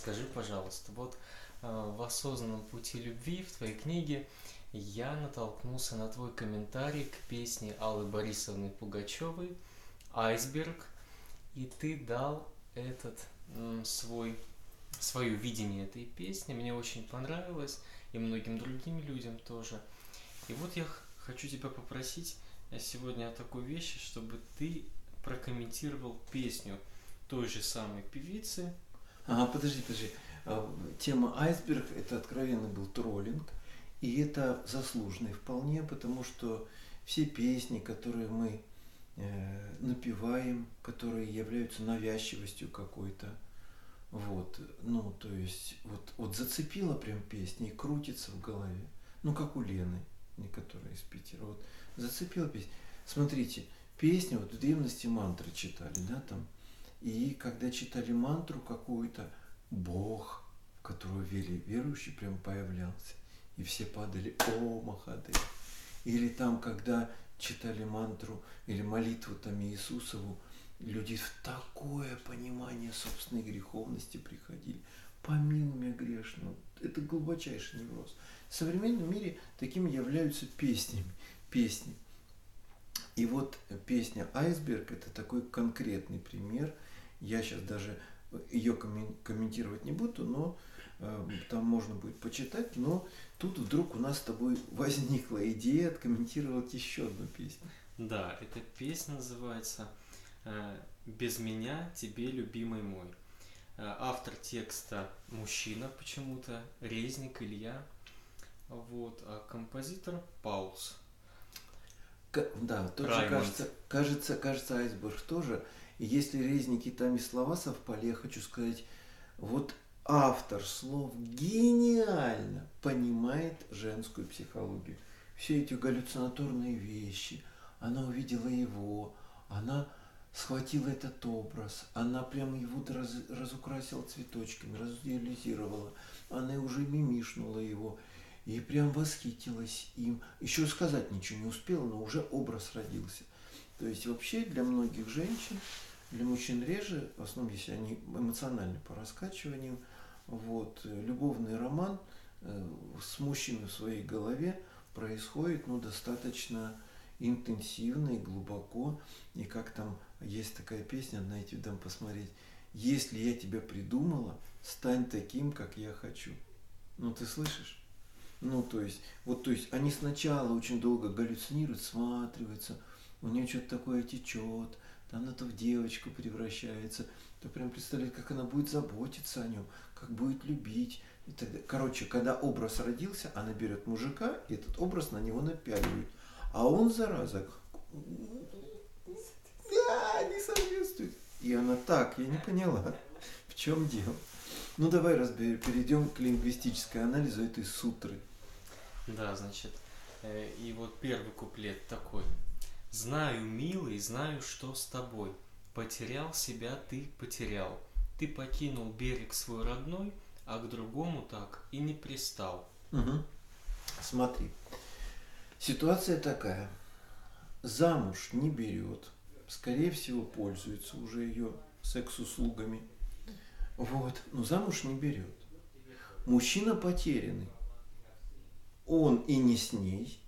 скажи, пожалуйста, вот в «Осознанном пути любви» в твоей книге я натолкнулся на твой комментарий к песне Аллы Борисовны Пугачевой «Айсберг», и ты дал этот свое видение этой песни. Мне очень понравилось, и многим другим людям тоже. И вот я хочу тебя попросить сегодня о такой вещи, чтобы ты прокомментировал песню той же самой певицы. Подожди. Тема айсберг это откровенно был троллинг. И это заслуженный вполне, потому что все песни, которые мы напеваем, которые являются навязчивостью какой-то, то есть, вот зацепила прям песня и крутится в голове. Ну, как у Лены, некоторые из Питера. Вот зацепила песня. Смотрите, песни, вот в древности мантры читали, да, там. И когда читали мантру какую-то, Бог, в которого верили верующие, прям появлялся. И все падали, о, Махадев. Или там, когда читали мантру или молитву там Иисусову, люди в такое понимание собственной греховности приходили. Помилуй меня грешного. Это глубочайший невроз. В современном мире такими являются песни. И вот песня «Айсберг» это такой конкретный пример. Я сейчас даже ее комментировать не буду, но там можно будет почитать. Но тут вдруг у нас с тобой возникла идея откомментировать еще одну песню. Да, эта песня называется «Без меня тебе, любимый мой». Автор текста мужчина почему-то, Резник Илья, а композитор Паулс. Да, тоже кажется айсберг тоже. И если Резники там и слова совпали, я хочу сказать, вот автор слов гениально понимает женскую психологию. Все эти галлюцинаторные вещи, она увидела его, она схватила этот образ, она прямо его разукрасила цветочками, разреализировала, она уже мимишнула его. И прям восхитилась им. Еще сказать ничего не успела, но уже образ родился. То есть вообще для многих женщин, для мужчин реже, в основном если они эмоциональны по раскачиванию, любовный роман с мужчиной в своей голове происходит достаточно интенсивно и глубоко. И как там есть такая песня, знаете, дам посмотреть. Если я тебя придумала, стань таким, как я хочу. Ты слышишь? То есть они сначала очень долго галлюцинируют, всматриваются, у нее что-то такое течет, она то в девочку превращается, то прям представляет, как она будет заботиться о нем, как будет любить. И так далее. Короче, когда образ родился, она берет мужика, и этот образ на него напяливает. А он, зараза, не соответствует. И она так, я не поняла, в чем дело. Давай перейдем к лингвистическому анализу этой сутры. Да, значит, и вот первый куплет такой. «Знаю, милый, знаю, что с тобой. Потерял себя ты, потерял. Ты покинул берег свой родной, а к другому так и не пристал». Угу. Смотри, ситуация такая. Замуж не берет, скорее всего, пользуется уже ее секс-услугами. Но замуж не берет. Мужчина потерянный. Он и не с ней,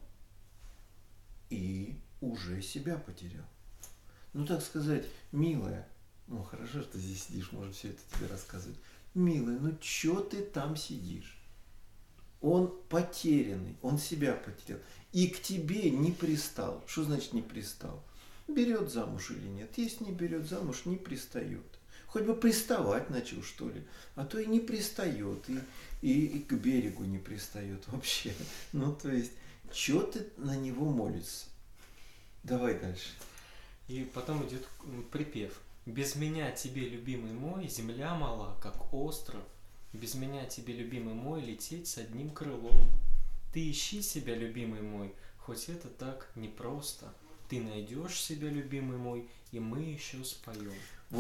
и уже себя потерял. Так сказать, милая, хорошо, что ты здесь сидишь, может все это тебе рассказывать. Милая, чё ты там сидишь? Он потерянный, он себя потерял. И к тебе не пристал. Что значит не пристал? Берет замуж или нет? Если не берет замуж, не пристает. Хоть бы приставать начал, что ли. А то и не пристает, и к берегу не пристает вообще. То есть, чё ты на него молишься? Давай дальше. И потом идет припев. «Без меня тебе, любимый мой, земля мала, как остров. Без меня тебе, любимый мой, лететь с одним крылом. Ты ищи себя, любимый мой, хоть это так непросто. Ты найдешь себя, любимый мой, и мы еще споем».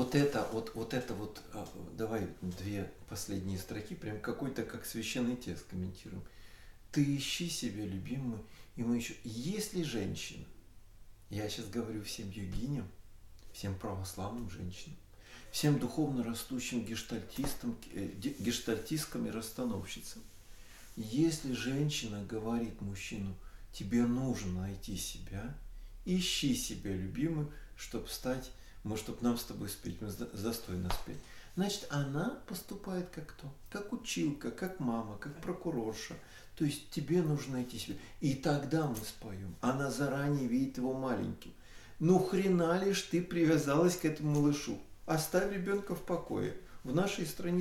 Давай две последние строки, прям какой-то как священный текст комментируем. Ты ищи себя, любимый, и мы еще... Если женщина, я сейчас говорю всем йогиням, всем православным женщинам, всем духовно растущим гештальтистам, гештальтисткам и расстановщицам. Если женщина говорит мужчину, тебе нужно найти себя, ищи себя, любимый, чтобы стать, чтобы нам с тобой спеть, мы достойно спеть. Значит, она поступает как кто? Как училка, как мама, как прокурорша. То есть тебе нужно найти себя. И тогда мы споем. Она заранее видит его маленьким. Ну хрена лишь ты привязалась к этому малышу. Оставь ребенка в покое. В нашей стране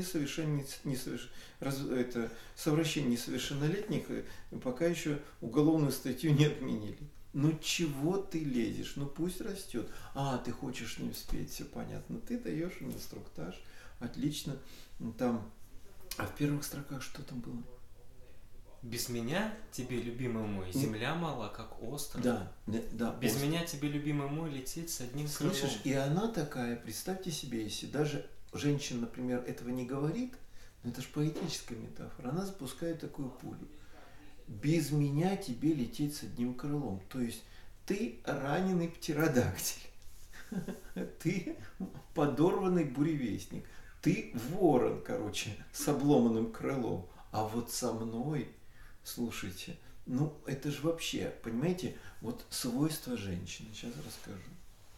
совращение несовершеннолетних пока еще уголовную статью не отменили. Ну чего ты лезешь? Ну пусть растет. Ты хочешь не успеть, все понятно. Ты даешь им инструктаж. Отлично. Там, в первых строках что там было? Без меня тебе, любимый мой, земля мала, как остров. Да. Без остров. Меня тебе, любимый мой, лететь с одним крылом. Слышишь, и она такая, представьте себе, если даже женщина, например, этого не говорит, но это же поэтическая метафора, она запускает такую пулю. Без меня тебе лететь с одним крылом. То есть ты раненый птеродактиль, ты подорванный буревестник, ты ворон, с обломанным крылом. А вот со мной, слушайте, это же вообще, понимаете, вот свойства женщины, сейчас расскажу.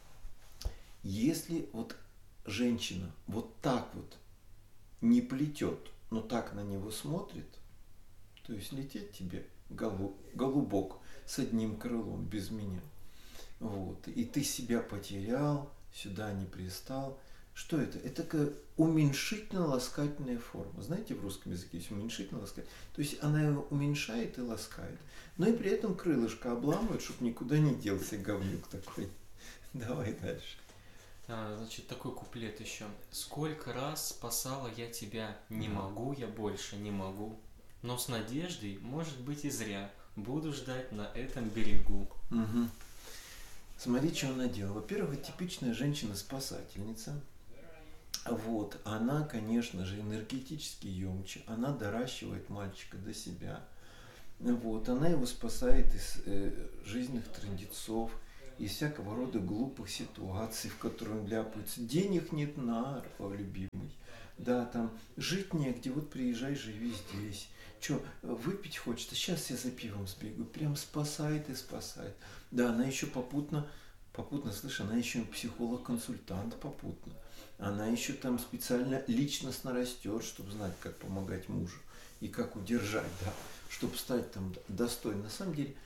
Если вот женщина вот так вот не плетет, но так на него смотрит, то есть лететь тебе, голубок, с одним крылом, без меня. Вот. И ты себя потерял, сюда не пристал. Что это? Это такая уменьшительно-ласкательная форма. Знаете, в русском языке есть уменьшительно-ласкательная. То есть она его уменьшает и ласкает. Но и при этом крылышко обламывает, чтобы никуда не делся говнюк такой. Давай дальше. Значит, такой куплет еще. Сколько раз спасала я тебя, не могу я больше, не могу. Но с надеждой, может быть, и зря. Буду ждать на этом берегу. Угу. Смотри, что она делала. Во-первых, типичная женщина-спасательница. Вот. Она, конечно же, энергетически емче. Она доращивает мальчика до себя. Вот. Она его спасает из жизненных трындецов, из всякого рода глупых ситуаций, в которые он ляпается. Денег нет на любимый. Да, там жить негде, вот приезжай, живи здесь. Что, выпить хочется? Сейчас я за пивом сбегаю. Прям спасает и спасает. Да, она еще попутно, слышь, она еще психолог-консультант попутно. Она еще там специально личностно растет, чтобы знать, как помогать мужу и как удержать, да, чтобы стать там достойным. На самом деле,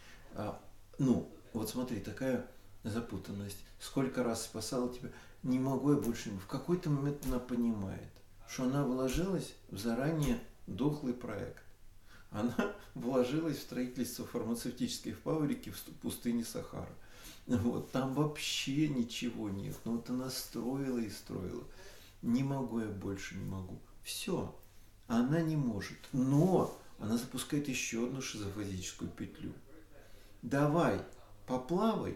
вот смотри, такая запутанность. Сколько раз спасала тебя, не могу я больше. В какой-то момент она понимает, что она вложилась в заранее дохлый проект. Она вложилась в строительство фармацевтической фабрики в пустыне Сахара. Вот, там вообще ничего нет. Но вот она строила и строила. Не могу я больше, не могу. Все. Она не может. Но она запускает еще одну шизофазическую петлю. Давай, поплавай,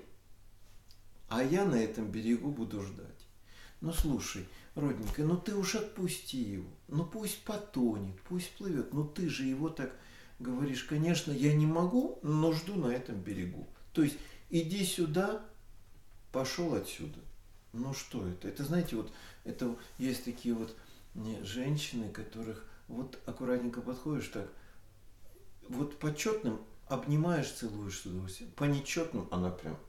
а я на этом берегу буду ждать. Ну слушай, родненькая, ты уж отпусти его. Пусть потонет, пусть плывет. Ты же его так говоришь, конечно, я не могу, но жду на этом берегу. То есть иди сюда, пошел отсюда. Что это? Это, знаете, вот это есть такие вот женщины, которых вот аккуратненько подходишь так, вот по четным обнимаешь, целуешь с удовольствием. По нечетным она прям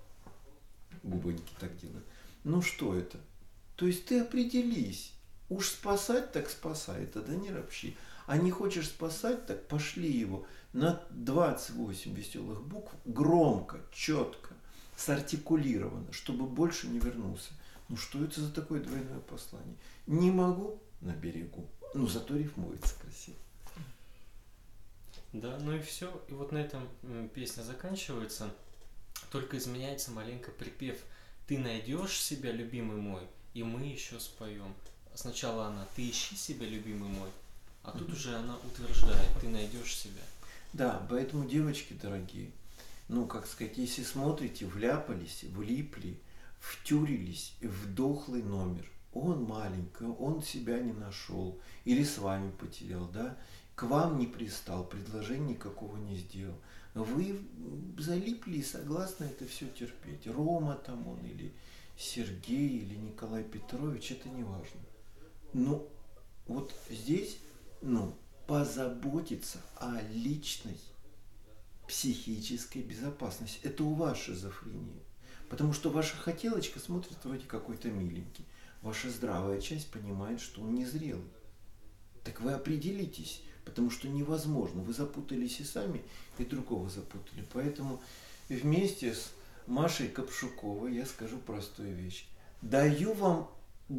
губоньки так делает. Что это? То есть ты определись. Уж спасать, так спасай, тогда не ропщи. А не хочешь спасать, так пошли его на 28 веселых букв, громко, четко, сартикулированно, чтобы больше не вернулся. Что это за такое двойное послание? Не могу на берегу, зато рифмуется красиво. Да, и все. И вот на этом песня заканчивается. Только изменяется маленько припев. Ты найдешь себя, любимый мой, и мы еще споем. Сначала она, ты ищи себя, любимый мой, а тут уже она утверждает, ты найдешь себя. Да, поэтому, девочки дорогие, если смотрите, вляпались, влипли, втюрились в дохлый номер, он маленький, он себя не нашел, или с вами потерял, да, к вам не пристал, предложения никакого не сделал. Вы залипли и согласны это все терпеть. Рома там он или Сергей или Николай Петрович, это не важно. Но вот здесь, позаботиться о личной психической безопасности. Это у вас шизофрения. Потому что ваша хотелочка смотрит вроде какой-то миленький. Ваша здравая часть понимает, что он незрелый. Так вы определитесь, потому что невозможно. Вы запутались и сами, и другого запутали. Поэтому вместе с Машей Капшуковой я скажу простую вещь. Даю вам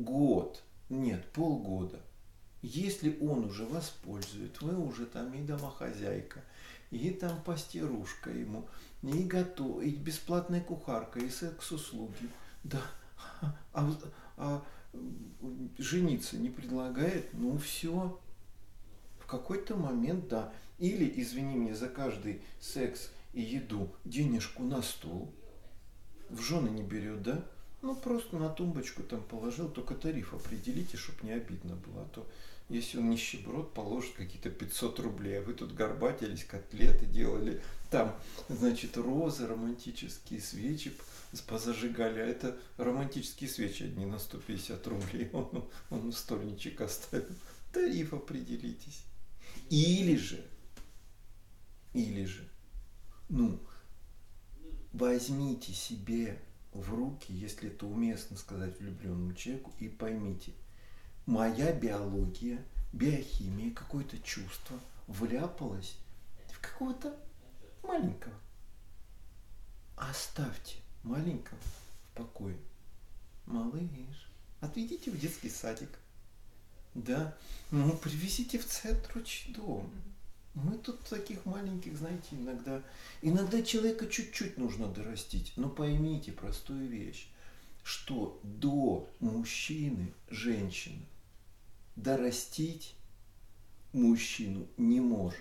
полгода. Если он уже вас пользует, вы уже там и домохозяйка, и там пастерушка ему, и и бесплатная кухарка, и секс-услуги. Да, а жениться не предлагает, все. В какой-то момент, да. Или, извини меня, за каждый секс и еду денежку на стол. В жены не берет, да? Просто на тумбочку там положил, только тариф определите, чтобы не обидно было. А то, если он нищеброд, положит какие-то 500 рублей, а вы тут горбатились, котлеты делали, там, значит, розы, романтические свечи позажигали, а это романтические свечи одни на 150 рублей, он стольничек оставил. Тариф определитесь. Или же, возьмите себе в руки, если это уместно сказать влюбленному человеку, и поймите, моя биология, биохимия, какое-то чувство вляпалось в какого-то маленького. Оставьте маленького в покое. Малыш, отведите в детский садик. Да, привезите в центр дом. Мы тут таких маленьких, знаете, иногда человека чуть-чуть нужно дорастить. Но поймите простую вещь, что до мужчины женщина дорастить мужчину не может.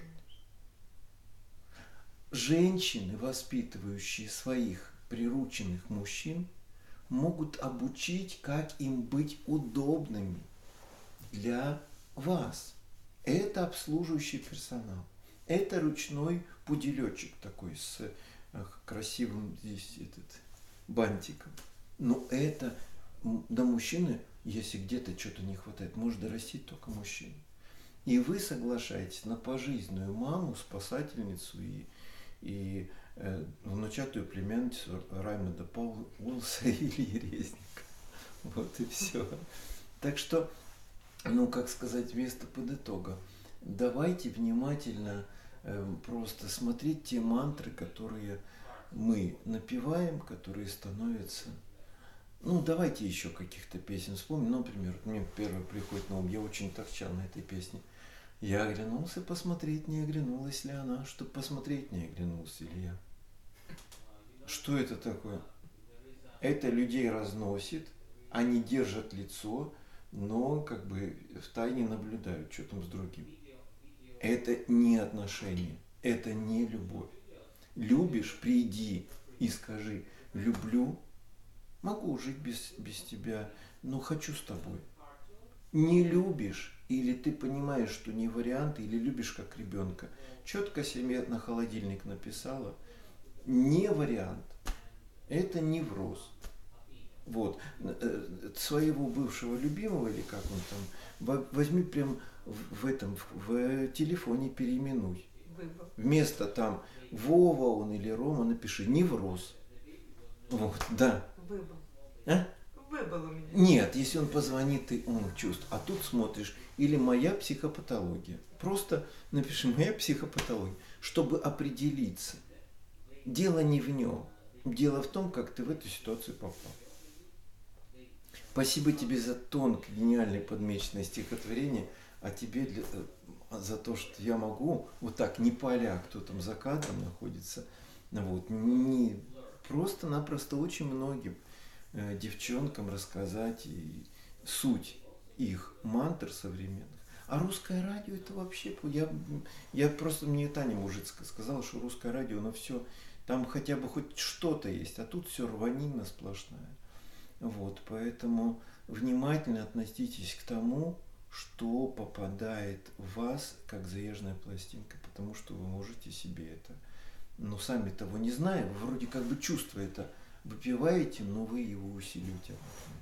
Женщины, воспитывающие своих прирученных мужчин, могут обучить, как им быть удобными для вас. Это обслуживающий персонал. Это ручной пуделечек такой с красивым здесь бантиком. Но это до мужчины, если где-то что-то не хватает, может дорастить только мужчина. И вы соглашаетесь на пожизненную маму, спасательницу и внучатую племянницу Раймонда Паулса или Резника. Вот и все. Так что, как сказать, вместо подытога, давайте внимательно просто смотреть те мантры, которые мы напеваем, которые становятся... давайте еще каких-то песен вспомним. Например, мне первое приходит на ум, я очень торчал на этой песне. Я оглянулся посмотреть, не оглянулась ли она, чтоб посмотреть, не оглянулся ли я. Что это такое? Это людей разносит, они держат лицо, но втайне наблюдают, что там с другим. Это не отношения, это не любовь. Любишь, приди и скажи: люблю, могу жить без тебя, но хочу с тобой. Не любишь, или ты понимаешь, что не вариант, или любишь как ребенка, четко себе на холодильник написала: не вариант, это невроз. Вот. Своего бывшего любимого, или как он там, возьми прям в телефоне переименуй. Выбор. Вместо там Вова он или Рома напиши невроз. Вот, да. Выбор. А? Выбор у меня. Нет, если он позвонит, он чувствует. А тут смотришь, или моя психопатология. Просто напиши моя психопатология, чтобы определиться. Дело не в нем. Дело в том, как ты в эту ситуацию попал. Спасибо тебе за тонкое, гениальное подмеченное стихотворение, а тебе за то, что я могу вот так, не поля, кто там за кадром находится, не просто-напросто очень многим девчонкам рассказать и суть их мантр современных. А русское радио это вообще... Я просто, мне Таня Мужицкая сказала, что русское радио, оно все, там хотя бы хоть что-то есть, а тут все рванина сплошная. Вот, поэтому внимательно относитесь к тому, что попадает в вас, как заезженная пластинка, потому что вы можете себе это, сами того не зная, вы вроде как бы чувство это выпиваете, но вы его усилите.